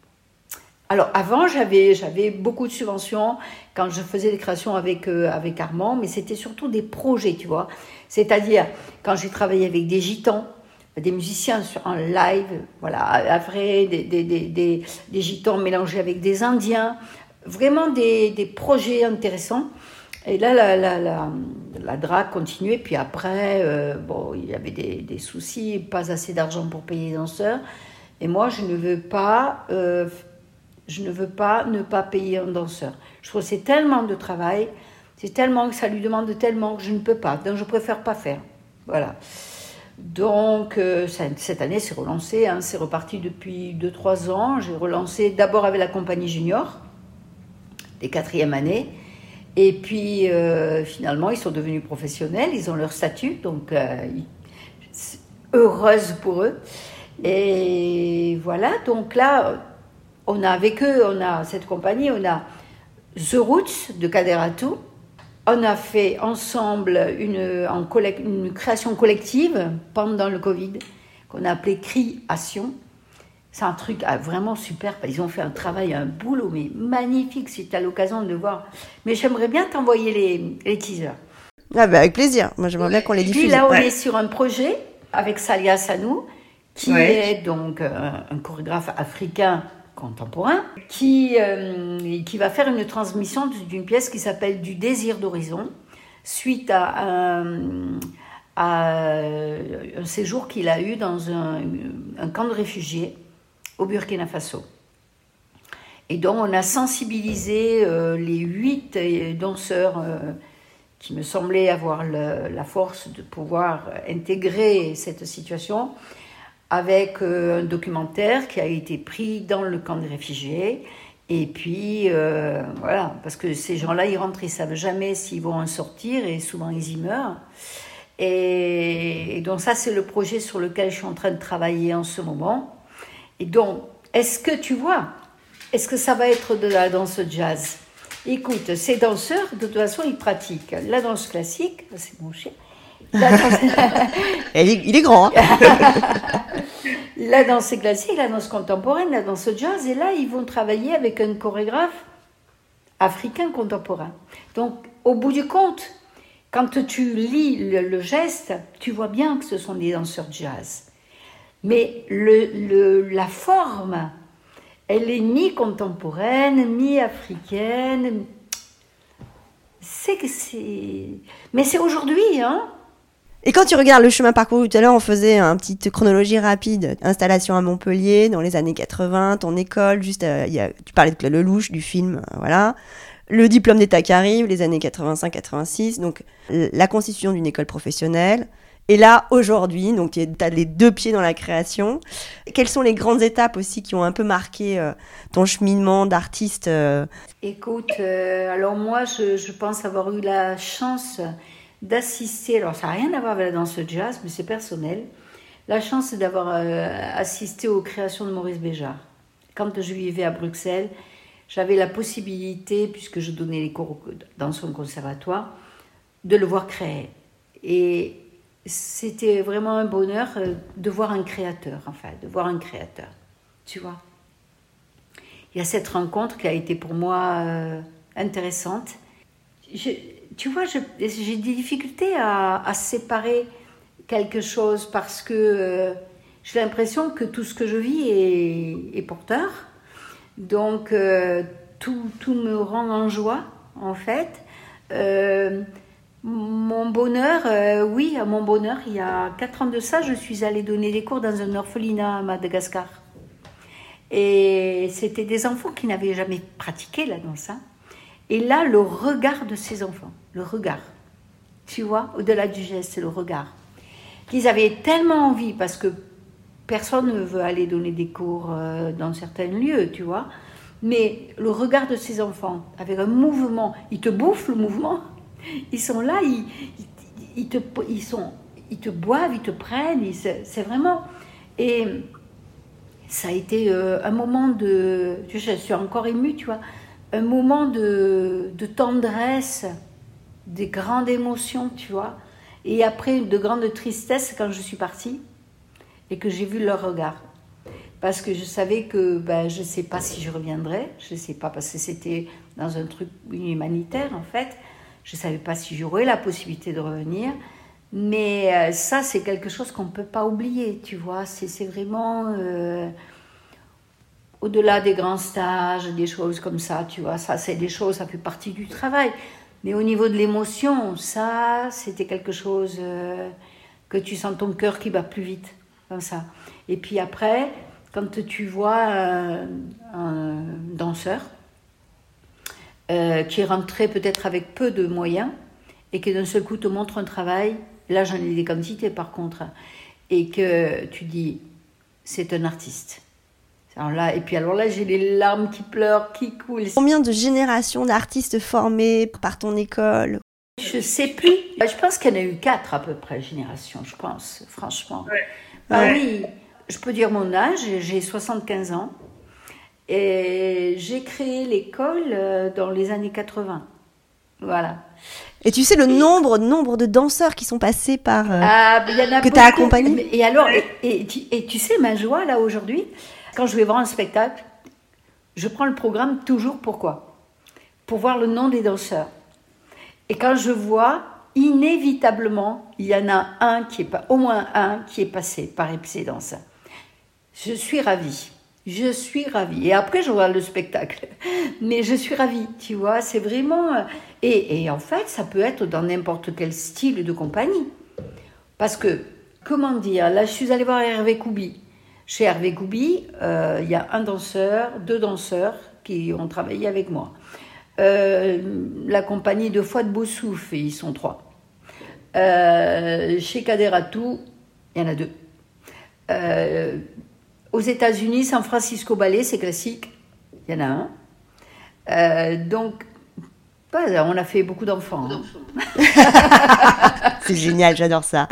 [SPEAKER 2] Alors, avant, j'avais, j'avais beaucoup de subventions quand je faisais des créations avec, euh, avec Armand, mais c'était surtout des projets, tu vois. C'est-à-dire, quand j'ai travaillé avec des gitans, des musiciens sur, en live, voilà, après, des, des, des, des, des gitans mélangés avec des Indiens, vraiment des, des projets intéressants. Et là, la, la, la, la drague continuait, puis après, euh, bon, il y avait des, des soucis, pas assez d'argent pour payer les danseurs. Et moi, je ne veux pas... Euh, Je ne veux pas ne pas payer un danseur. Je trouve que c'est tellement de travail, c'est tellement que ça lui demande tellement que je ne peux pas. Donc je préfère pas faire. Voilà. Donc euh, ça, cette année c'est relancé, hein, c'est reparti depuis deux trois ans. J'ai relancé d'abord avec la compagnie junior, des quatrièmes années. Et puis euh, finalement ils sont devenus professionnels, ils ont leur statut, donc euh, heureuse pour eux. Et voilà, donc là... On a avec eux, on a cette compagnie, on a The Roots de Kaderatou. On a fait ensemble une, en collect, une création collective pendant le Covid, qu'on a appelée Création. C'est un truc vraiment super. Ils ont fait un travail, un boulot, mais magnifique si tu as l'occasion de le voir. Mais j'aimerais bien t'envoyer les, les teasers.
[SPEAKER 3] Ah bah avec plaisir. Moi, j'aimerais bien qu'on les diffuse.
[SPEAKER 2] Puis là, on
[SPEAKER 3] ouais.
[SPEAKER 2] est sur un projet avec Salia Sanou, qui ouais. est donc un, un chorégraphe africain contemporain, qui, euh, qui va faire une transmission d'une pièce qui s'appelle Du désir d'horizon, suite à un, à un séjour qu'il a eu dans un, un camp de réfugiés au Burkina Faso. Et donc on a sensibilisé euh, les huit danseurs euh, qui me semblaient avoir le, la force de pouvoir intégrer cette situation, avec euh, un documentaire qui a été pris dans le camp de réfugiés. Et puis, euh, voilà, parce que ces gens-là, ils rentrent, ils ne savent jamais s'ils vont en sortir, et souvent, ils y meurent. Et, et donc, ça, c'est le projet sur lequel je suis en train de travailler en ce moment. Et donc, est-ce que tu vois, est-ce que ça va être de la danse jazz ? Écoute, ces danseurs, de toute façon, ils pratiquent la danse classique, c'est mon chien. La danse...
[SPEAKER 3] il, est, il est grand, hein.
[SPEAKER 2] La danse classique, la danse contemporaine, la danse jazz, et là, ils vont travailler avec un chorégraphe africain contemporain. Donc, au bout du compte, quand tu lis le, le geste, tu vois bien que ce sont des danseurs jazz. Mais le, le, la forme, elle est mi contemporaine, mi africaine. C'est que c'est... Mais c'est aujourd'hui, hein.
[SPEAKER 3] Et quand tu regardes le chemin parcouru, tout à l'heure, on faisait une petite chronologie rapide. Installation à Montpellier dans les années quatre-vingts, ton école, juste, euh, y a, tu parlais de Claude Lelouch, du film, euh, voilà. Le diplôme d'État qui arrive, les années quatre-vingt-cinq quatre-vingt-six, donc la constitution d'une école professionnelle. Et là, aujourd'hui, donc tu as les deux pieds dans la création. Quelles sont les grandes étapes aussi qui ont un peu marqué euh, ton cheminement d'artiste euh...
[SPEAKER 2] Écoute, euh, alors moi, je, je pense avoir eu la chance d'assister, alors ça n'a rien à voir avec la danse jazz, mais c'est personnel, la chance d'avoir euh, assisté aux créations de Maurice Béjart. Quand je vivais à Bruxelles, j'avais la possibilité, puisque je donnais les cours dans son conservatoire, de le voir créer. Et c'était vraiment un bonheur de voir un créateur, enfin, de voir un créateur, tu vois. Il y a cette rencontre qui a été pour moi euh, intéressante. Je, tu vois, je, j'ai des difficultés à, à séparer quelque chose parce que euh, j'ai l'impression que tout ce que je vis est, est porteur. Donc, euh, tout, tout me rend en joie, en fait. Euh, mon bonheur, euh, oui, à mon bonheur, il y a quatre ans de ça, je suis allée donner des cours dans un orphelinat à Madagascar. Et c'était des enfants qui n'avaient jamais pratiqué la danse. Hein. Et là, le regard de ces enfants, le regard, tu vois, au-delà du geste, c'est le regard. Qu'ils avaient tellement envie, parce que personne ne veut aller donner des cours euh, dans certains lieux, tu vois. Mais le regard de ces enfants, avec un mouvement, ils te bouffent le mouvement. Ils sont là, ils, ils, ils, te, ils, sont, ils te boivent, ils te prennent. Ils, c'est, c'est vraiment... Et ça a été euh, un moment de... Je suis encore émue, tu vois. Un moment de, de tendresse, des grandes émotions, tu vois. Et après, de grande tristesse quand je suis partie et que j'ai vu leur regard. Parce que je savais que ben, je ne sais pas si je reviendrais. Je ne sais pas, parce que c'était dans un truc humanitaire, en fait. Je ne savais pas si j'aurais la possibilité de revenir. Mais euh, ça, c'est quelque chose qu'on ne peut pas oublier, tu vois. C'est, c'est vraiment... Euh, au-delà des grands stages, des choses comme ça, tu vois. Ça, c'est des choses, ça fait partie du travail. Mais au niveau de l'émotion, ça, c'était quelque chose euh, que tu sens ton cœur qui bat plus vite, comme ça. Et puis après, quand tu vois un, un danseur euh, qui est rentré peut-être avec peu de moyens et qui d'un seul coup te montre un travail, là j'en ai des quantités par contre, et que tu dis, c'est un artiste. Alors là, et puis alors là, j'ai les larmes qui pleurent, qui coulent.
[SPEAKER 3] Combien de générations d'artistes formés par ton école ?
[SPEAKER 2] Je sais plus. Je pense qu'il y en a eu quatre à peu près, générations, je pense, franchement.
[SPEAKER 4] Ouais.
[SPEAKER 2] Ah
[SPEAKER 4] ouais.
[SPEAKER 2] oui, je peux dire mon âge, j'ai soixante-quinze ans. Et j'ai créé l'école dans les années quatre-vingts. Voilà.
[SPEAKER 3] Et tu sais le et... nombre, nombre de danseurs qui sont passés par... Euh,
[SPEAKER 2] ah, y en a
[SPEAKER 3] que tu as accompagnés.
[SPEAKER 2] Et alors, et, et, et tu sais, ma joie, là, aujourd'hui, quand je vais voir un spectacle, je prends le programme toujours, pourquoi ? Pour voir le nom des danseurs. Et quand je vois, inévitablement, il y en a un qui est pas, au moins un qui est passé par Epsédance. Je suis ravie. Je suis ravie. Et après, je regarde le spectacle. Mais je suis ravie, tu vois. C'est vraiment... Et, et en fait, ça peut être dans n'importe quel style de compagnie. Parce que, comment dire, là, je suis allée voir Hervé Koubi. Chez Hervé Koubi, euh, il y a un danseur, deux danseurs qui ont travaillé avec moi. Euh, la compagnie de Fouad Boussouf, ils sont trois. Euh, chez Kaderatou, il y en a deux. Euh, aux États-Unis, San Francisco Ballet, c'est classique, il y en a un. Euh, donc, bah, on a fait beaucoup d'enfants. Hein.
[SPEAKER 3] C'est génial, j'adore ça.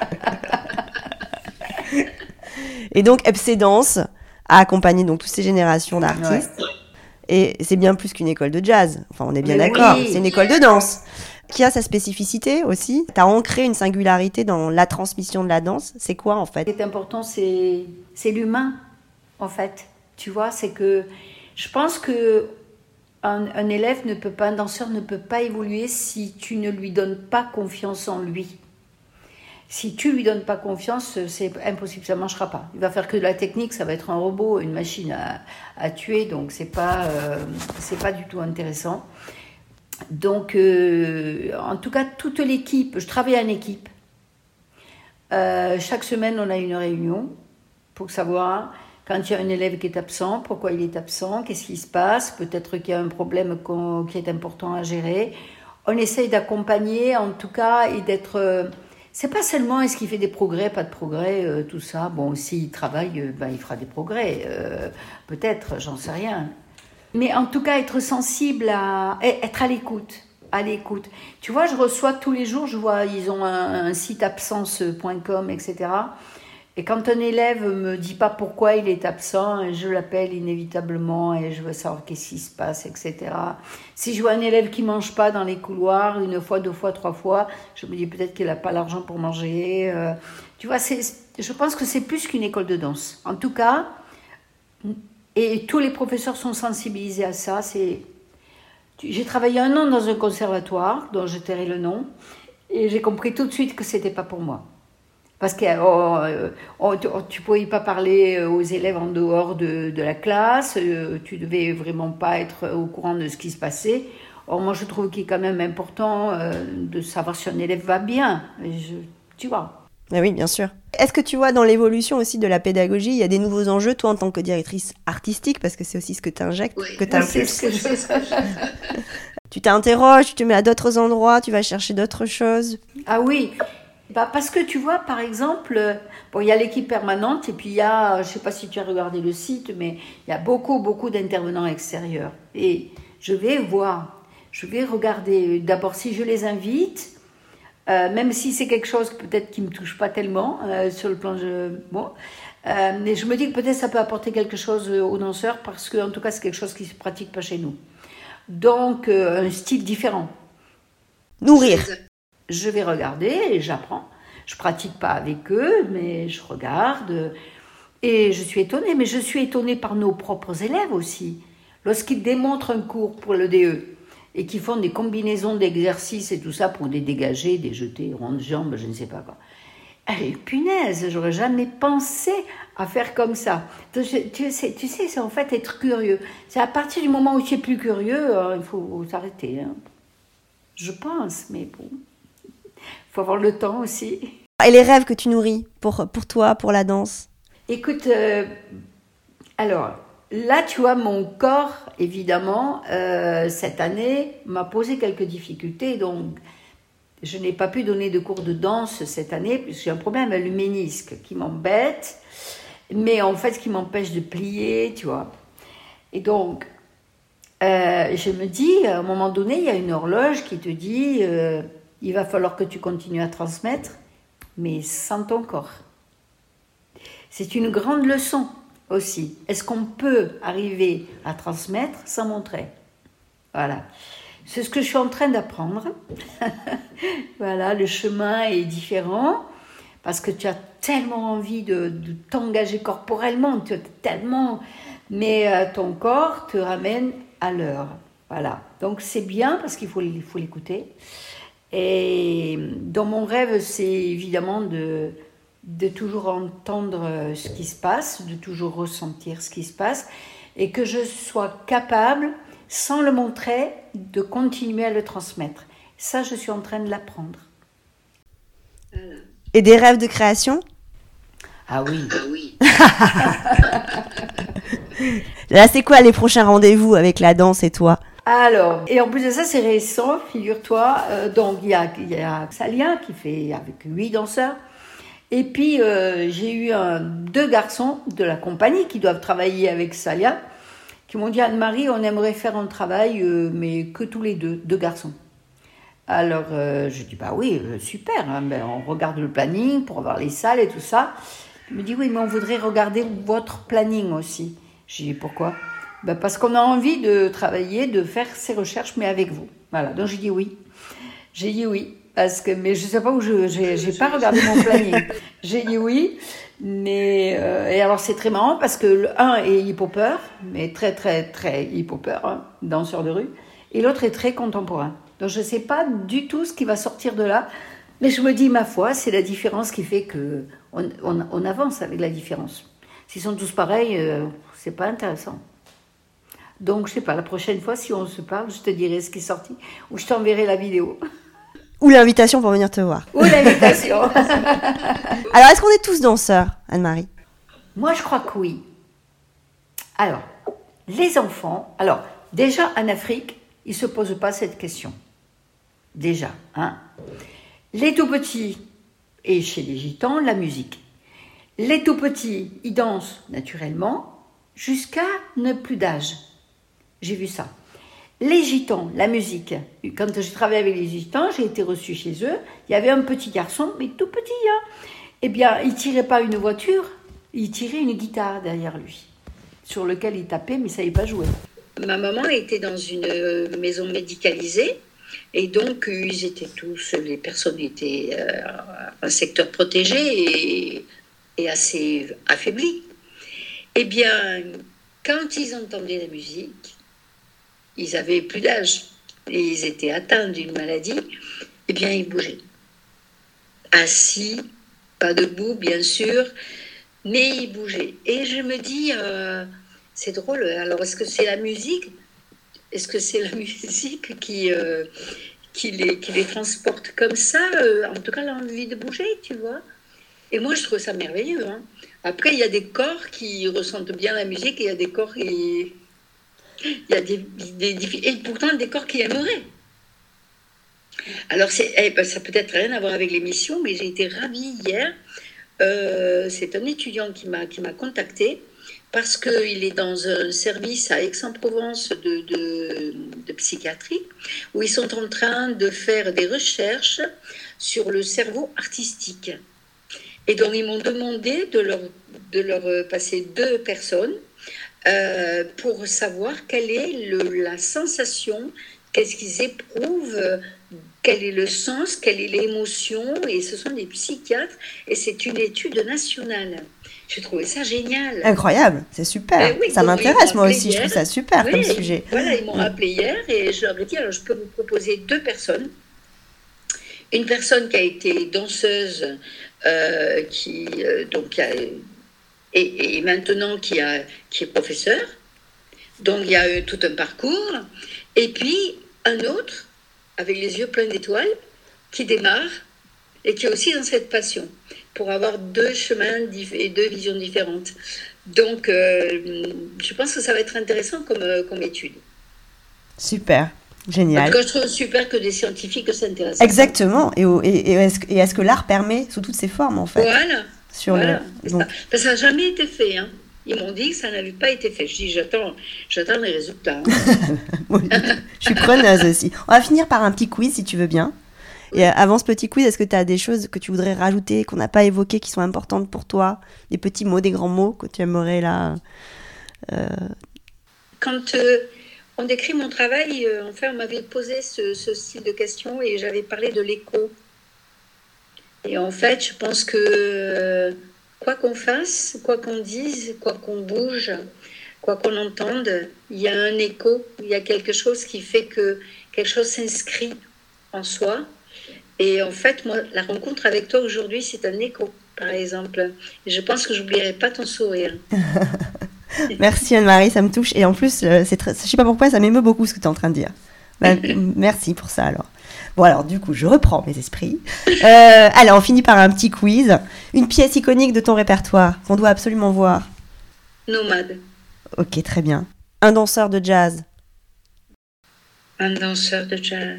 [SPEAKER 3] Et donc, Epsé Danse a accompagné donc toutes ces générations d'artistes. Ouais. Et c'est bien plus qu'une école de jazz. Enfin, on est bien Mais d'accord. Oui. C'est une école de danse qui a sa spécificité aussi. Tu as ancré une singularité dans la transmission de la danse. C'est quoi, en fait ?
[SPEAKER 2] Ce qui est important, c'est, c'est l'humain, en fait. Tu vois, c'est que je pense que un, un élève ne peut pas, un danseur ne peut pas évoluer si tu ne lui donnes pas confiance en lui. Si tu lui donnes pas confiance, c'est impossible, ça ne marchera pas. Il va faire que de la technique, ça va être un robot, une machine à, à tuer, donc c'est pas, euh, c'est pas du tout intéressant. Donc, euh, en tout cas, toute l'équipe, je travaille en équipe. Euh, chaque semaine, on a une réunion pour savoir quand il y a un élève qui est absent, pourquoi il est absent, qu'est-ce qui se passe, peut-être qu'il y a un problème qu'on, qui est important à gérer. On essaye d'accompagner, en tout cas, et d'être... Euh, c'est pas seulement est-ce qu'il fait des progrès, pas de progrès, euh, tout ça. Bon, s'il travaille, euh, ben, il fera des progrès. Euh, peut-être, j'en sais rien. Mais en tout cas, être sensible à... être à l'écoute. À l'écoute. Tu vois, je reçois tous les jours, je vois, ils ont un, un site absence point com, et cetera. Et quand un élève me dit pas pourquoi il est absent, je l'appelle inévitablement et je veux savoir qu'est-ce qui se passe, et cetera. Si je vois un élève qui mange pas dans les couloirs, une fois, deux fois, trois fois, je me dis peut-être qu'il a pas l'argent pour manger. Euh, tu vois, c'est, je pense que c'est plus qu'une école de danse. En tout cas, et tous les professeurs sont sensibilisés à ça. C'est, j'ai travaillé un an dans un conservatoire, dont je tairai le nom, et j'ai compris tout de suite que c'était pas pour moi. Parce que oh, oh, tu ne pouvais pas parler aux élèves en dehors de, de la classe, tu ne devais vraiment pas être au courant de ce qui se passait. Or, moi, je trouve qu'il est quand même important euh, de savoir si un élève va bien, je, tu vois.
[SPEAKER 3] Ah oui, bien sûr. Est-ce que tu vois dans l'évolution aussi de la pédagogie, il y a des nouveaux enjeux, toi, en tant que directrice artistique, parce que c'est aussi ce que tu injectes,
[SPEAKER 2] oui,
[SPEAKER 3] que tu impulses.
[SPEAKER 2] C'est ce que je...
[SPEAKER 3] Tu t'interroges, tu te mets à d'autres endroits, tu vas chercher d'autres choses.
[SPEAKER 2] Ah oui. Bah parce que tu vois, par exemple, bon, il y a l'équipe permanente et puis il y a, je ne sais pas si tu as regardé le site, mais il y a beaucoup, beaucoup d'intervenants extérieurs. Et je vais voir, je vais regarder. D'abord, si je les invite, euh, même si c'est quelque chose peut-être qui ne me touche pas tellement euh, sur le plan de... Bon, euh, mais je me dis que peut-être ça peut apporter quelque chose aux danseurs parce que, en tout cas, c'est quelque chose qui ne se pratique pas chez nous. Donc, euh, un style différent.
[SPEAKER 3] Nourrir.
[SPEAKER 2] Je vais regarder et j'apprends. Je ne pratique pas avec eux, mais je regarde. Et je suis étonnée. Mais je suis étonnée par nos propres élèves aussi. Lorsqu'ils démontrent un cours pour le D E et qu'ils font des combinaisons d'exercices et tout ça pour les dégager, des jetés, rondes jambes, je ne sais pas quoi. Allez, punaise, j'aurais jamais pensé à faire comme ça. Tu sais, tu sais, c'est en fait être curieux. C'est à partir du moment où tu es plus curieux, il faut s'arrêter. Hein. Je pense, mais bon... Il faut avoir le temps aussi.
[SPEAKER 3] Et les rêves que tu nourris pour, pour toi, pour la danse ?
[SPEAKER 2] Écoute, euh, alors, là, tu vois, mon corps, évidemment, euh, cette année, m'a posé quelques difficultés. Donc, je n'ai pas pu donner de cours de danse cette année, puisque j'ai un problème avec le ménisque qui m'embête, mais en fait, ce qui m'empêche de plier, tu vois. Et donc, euh, je me dis, à un moment donné, il y a une horloge qui te dit... Euh, il va falloir que tu continues à transmettre, mais sans ton corps. C'est une grande leçon aussi. Est-ce qu'on peut arriver à transmettre sans montrer ? Voilà. C'est ce que je suis en train d'apprendre. Voilà, le chemin est différent parce que tu as tellement envie de, de t'engager corporellement, tu as tellement... mais euh, ton corps te ramène à l'heure. Voilà. Donc c'est bien parce qu'il faut, il faut l'écouter. Et dans mon rêve, c'est évidemment de, de toujours entendre ce qui se passe, de toujours ressentir ce qui se passe, et que je sois capable, sans le montrer, de continuer à le transmettre. Ça, je suis en train de l'apprendre.
[SPEAKER 3] Voilà. Et des rêves de création ?
[SPEAKER 2] Ah oui, ah oui.
[SPEAKER 3] Là, c'est quoi les prochains rendez-vous avec la danse et toi ?
[SPEAKER 2] Alors, et en plus de ça, c'est récent, figure-toi. Euh, donc, il y a, y a Salia qui fait avec huit danseurs. Et puis, euh, j'ai eu un, deux garçons de la compagnie qui doivent travailler avec Salia, qui m'ont dit, Anne-Marie, on aimerait faire un travail, euh, mais que tous les deux, deux garçons. Alors, euh, je dis, bah oui, super, hein, ben, on regarde le planning pour avoir les salles et tout ça. Il me dit, oui, mais on voudrait regarder votre planning aussi. J'ai dit, pourquoi ? Ben parce qu'on a envie de travailler, de faire ces recherches, mais avec vous. Voilà, donc j'ai dit oui. J'ai dit oui, parce que, mais je ne sais pas où je... J'ai, j'ai pas regardé mon planning. J'ai dit oui, mais... Euh, et alors, c'est très marrant, parce que le un est hip-hopper, mais très, très, très hip-hopper, hein, danseur de rue, et l'autre est très contemporain. Donc, je ne sais pas du tout ce qui va sortir de là, mais je me dis, ma foi, c'est la différence qui fait qu'on on, on avance avec la différence. S'ils sont tous pareils, euh, c'est pas intéressant. Donc, je sais pas, la prochaine fois, si on se parle, je te dirai ce qui est sorti, ou je t'enverrai la vidéo.
[SPEAKER 3] Ou l'invitation pour venir te voir.
[SPEAKER 2] Ou l'invitation.
[SPEAKER 3] Alors, est-ce qu'on est tous danseurs, Anne-Marie ?
[SPEAKER 2] Moi, je crois que oui. Alors, les enfants... Alors, déjà, en Afrique, ils ne se posent pas cette question. Déjà, hein. Les tout-petits, et chez les gitans, la musique. Les tout-petits, ils dansent naturellement, jusqu'à ne plus d'âge. J'ai vu ça. Les gitans, la musique. Quand j'ai travaillé avec les gitans, j'ai été reçue chez eux. Il y avait un petit garçon, mais tout petit. Hein. Eh bien, il ne tirait pas une voiture, il tirait une guitare derrière lui, sur lequel il tapait, mais il ne savait pas jouer. Ma maman était dans une maison médicalisée, et donc ils étaient tous, les personnes étaient euh, un secteur protégé et, et assez affaibli. Eh bien, quand ils entendaient la musique, ils avaient plus d'âge et ils étaient atteints d'une maladie, eh bien ils bougeaient. Assis, pas debout bien sûr, mais ils bougeaient. Et je me dis, euh, c'est drôle, alors est-ce que c'est la musique ? Est-ce que c'est la musique qui, euh, qui, les, qui les transporte comme ça, euh, en tout cas l'envie de bouger, tu vois ? Et moi je trouve ça merveilleux. Hein. Après il y a des corps qui ressentent bien la musique et il y a des corps qui... Il y a des, des, des, et pourtant des corps qui aimeraient. Alors, c'est, eh ben, ça peut être rien à voir avec l'émission, mais j'ai été ravie hier. Euh, c'est un étudiant qui m'a, qui m'a contacté parce qu'il est dans un service à Aix-en-Provence de, de, de psychiatrie où ils sont en train de faire des recherches sur le cerveau artistique. Et donc, ils m'ont demandé de leur, de leur passer deux personnes Euh, pour savoir quelle est le, la sensation, qu'est-ce qu'ils éprouvent, euh, quel est le sens, quelle est l'émotion, et ce sont des psychiatres, et c'est une étude nationale. J'ai trouvé ça génial.
[SPEAKER 3] Incroyable, c'est super. Ben oui, ça m'intéresse moi aussi, hier. Je trouve ça super oui, comme sujet.
[SPEAKER 2] Voilà, ils m'ont oui. appelé hier, et je leur ai dit, alors je peux vous proposer deux personnes. Une personne qui a été danseuse, euh, qui, euh, donc, qui a... Et, et maintenant qui, a, qui est professeur, donc il y a eu tout un parcours, et puis un autre, avec les yeux pleins d'étoiles, qui démarre, et qui est aussi dans cette passion, pour avoir deux chemins et deux visions différentes. Donc euh, je pense que ça va être intéressant comme, comme étude.
[SPEAKER 3] Super, génial.
[SPEAKER 2] En tout cas, je trouve super que des scientifiques s'intéressent.
[SPEAKER 3] Exactement, et, au, et, et, est-ce, et est-ce que l'art permet sous toutes ses formes en fait.
[SPEAKER 2] Voilà.
[SPEAKER 3] Sur
[SPEAKER 2] voilà,
[SPEAKER 3] le...
[SPEAKER 2] donc... ça. ça n'a jamais été fait. Hein. Ils m'ont dit que ça n'avait pas été fait. Je dis, j'attends, j'attends les résultats. Hein.
[SPEAKER 3] Oui, je suis preneuse aussi. On va finir par un petit quiz, si tu veux bien. Et avant ce petit quiz, est-ce que tu as des choses que tu voudrais rajouter, qu'on n'a pas évoquées, qui sont importantes pour toi ? Des petits mots, des grands mots que tu aimerais là euh...
[SPEAKER 2] Quand euh, on décrit mon travail, euh, enfin, on m'avait posé ce, ce style de questions et j'avais parlé de l'écho. Et en fait, je pense que euh, quoi qu'on fasse, quoi qu'on dise, quoi qu'on bouge, quoi qu'on entende, il y a un écho, il y a quelque chose qui fait que quelque chose s'inscrit en soi. Et en fait, moi, la rencontre avec toi aujourd'hui, c'est un écho. par exemple. Et je pense que j'oublierai pas ton sourire.
[SPEAKER 3] Merci Anne-Marie, ça me touche. Et en plus, euh, c'est très... je sais pas pourquoi, ça m'émeut beaucoup ce que tu es en train de dire. Bah, merci pour ça alors. Bon alors du coup, je reprends mes esprits. Euh, allez, on finit par un petit quiz. Une pièce iconique de ton répertoire qu'on doit absolument voir.
[SPEAKER 2] Nomade.
[SPEAKER 3] Ok, très bien. Un danseur de jazz.
[SPEAKER 2] Un danseur de jazz.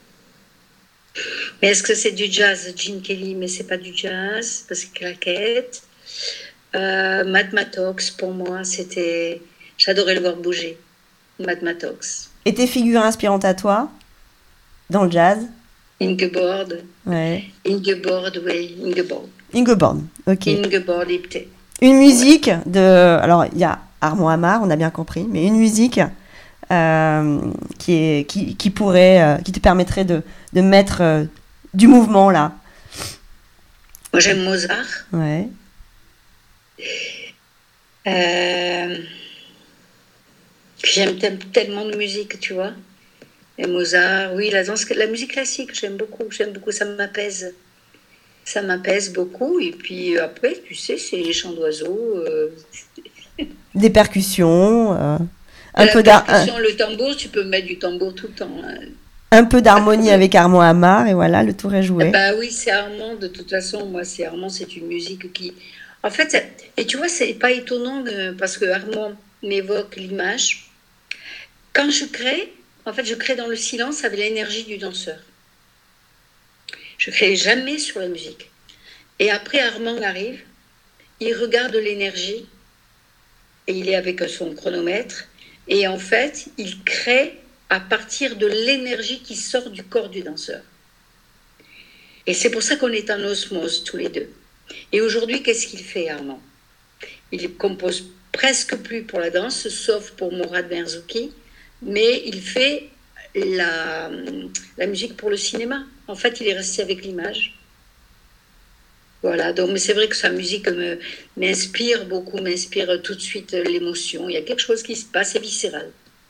[SPEAKER 2] Mais est-ce que c'est du jazz? Gene Kelly, mais c'est pas du jazz, parce que claquette. Euh, Matt Mattox, pour moi, c'était... J'adorais le voir bouger. Matt Mattox.
[SPEAKER 3] Et tes figures inspirantes à toi, dans le jazz?
[SPEAKER 2] Ingeborg.
[SPEAKER 3] Ouais.
[SPEAKER 2] Ingeborg, oui, Ingeborg.
[SPEAKER 3] Ingeborg, ok.
[SPEAKER 2] Ingeborg Ipte.
[SPEAKER 3] Une musique ouais. de... Alors, il y a Armand Amar, on a bien compris, mais une musique euh, qui, est, qui, qui pourrait, euh, qui te permettrait de, de mettre euh, du mouvement, là.
[SPEAKER 2] Moi, j'aime Mozart.
[SPEAKER 3] Ouais.
[SPEAKER 2] Euh... J'aime tellement de musique, tu vois. Et Mozart, oui, la danse, la musique classique, j'aime beaucoup, j'aime beaucoup, ça m'apaise. Ça m'apaise beaucoup. Et puis après, tu sais, c'est les chants d'oiseaux. Euh...
[SPEAKER 3] Des percussions. Euh, un
[SPEAKER 2] la
[SPEAKER 3] peu
[SPEAKER 2] percussion, un... le tambour, tu peux mettre du tambour tout le temps. Hein.
[SPEAKER 3] Un peu d'harmonie avec Armand Amar, et voilà, le tour est joué.
[SPEAKER 2] Bah oui, c'est Armand, de toute façon, moi, c'est Armand, c'est une musique qui... En fait, et tu vois, c'est pas étonnant que, parce que Armand m'évoque l'image. Quand je crée, en fait, je crée dans le silence avec l'énergie du danseur. Je ne crée jamais sur la musique. Et après, Armand arrive, il regarde l'énergie, et il est avec son chronomètre, et en fait, il crée à partir de l'énergie qui sort du corps du danseur. Et c'est pour ça qu'on est en osmose tous les deux. Et aujourd'hui, qu'est-ce qu'il fait, Armand? Il compose presque plus pour la danse, sauf pour Mourad Merzouki, mais il fait la, la musique pour le cinéma. En fait, il est resté avec l'image. Voilà, donc mais c'est vrai que sa musique me, m'inspire beaucoup, m'inspire tout de suite l'émotion. Il y a quelque chose qui se passe, c'est viscéral.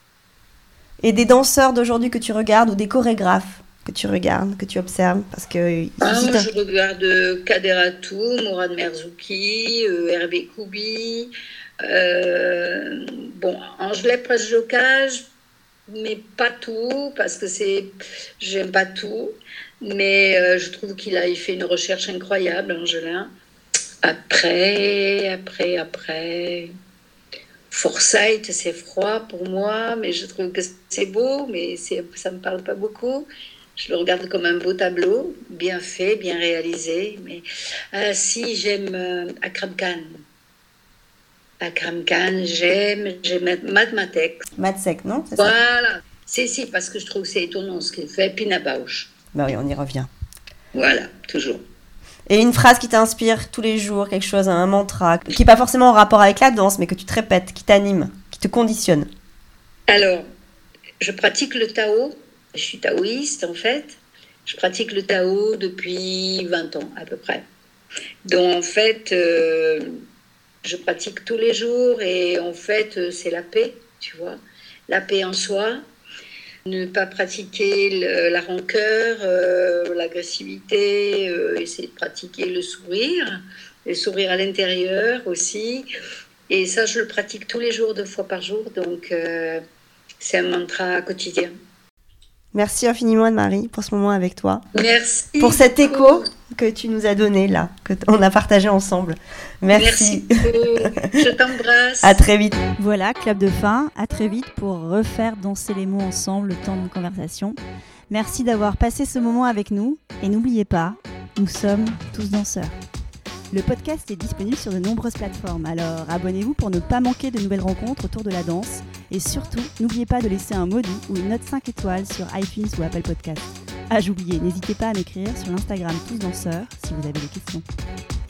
[SPEAKER 3] Et des danseurs d'aujourd'hui que tu regardes, ou des chorégraphes que tu regardes, que tu observes, parce que...
[SPEAKER 2] Ah, moi, je regarde Kader Atou, Mourad Merzouki, euh, Hervé Koubi, euh, bon, Angela Prajokaj, mais pas tout, parce que c'est, j'aime pas tout, mais euh, je trouve qu'il a il fait une recherche incroyable, Angelin. Après, après, après, Forsyth, c'est froid pour moi, mais je trouve que c'est beau, mais c'est, ça me parle pas beaucoup. Je le regarde comme un beau tableau, bien fait, bien réalisé. Mais euh, si j'aime euh, Akram Khan. Akram Khan, j'aime, j'aime Matt Mattox.
[SPEAKER 3] Matsek, non? C'est
[SPEAKER 2] voilà. Ça si, si, parce que je trouve que c'est étonnant ce qu'il fait. Pina Bausch.
[SPEAKER 3] Bah oui, on y revient.
[SPEAKER 2] Voilà, toujours.
[SPEAKER 3] Et une phrase qui t'inspire tous les jours, quelque chose, un mantra, qui n'est pas forcément en rapport avec la danse, mais que tu te répètes, qui t'anime, qui te conditionne.
[SPEAKER 2] Alors, je pratique le Tao. Je suis taoïste, en fait. Je pratique le Tao depuis vingt ans, à peu près. Donc, en fait, euh, je pratique tous les jours et, en fait, c'est la paix, tu vois. La paix en soi. Ne pas pratiquer le, la rancœur, euh, l'agressivité, euh, essayer de pratiquer le sourire, le sourire à l'intérieur aussi. Et ça, je le pratique tous les jours, deux fois par jour. Donc, euh, c'est un mantra quotidien.
[SPEAKER 3] Merci infiniment Anne-Marie pour ce moment avec toi.
[SPEAKER 2] Merci.
[SPEAKER 3] Pour cet écho que tu nous as donné là, que t- on a partagé ensemble. Merci.
[SPEAKER 2] Merci beaucoup. Je t'embrasse.
[SPEAKER 3] À très vite.
[SPEAKER 1] Voilà, clap de fin. À très vite pour refaire danser les mots ensemble le temps d'une conversation. Merci d'avoir passé ce moment avec nous. Et n'oubliez pas, nous sommes tous danseurs. Le podcast est disponible sur de nombreuses plateformes, alors abonnez-vous pour ne pas manquer de nouvelles rencontres autour de la danse. Et surtout, n'oubliez pas de laisser un mot doux ou une note cinq étoiles sur iTunes ou Apple Podcast. Ah, j'oubliais, n'hésitez pas à m'écrire sur l'Instagram Tous Danseurs si vous avez des questions.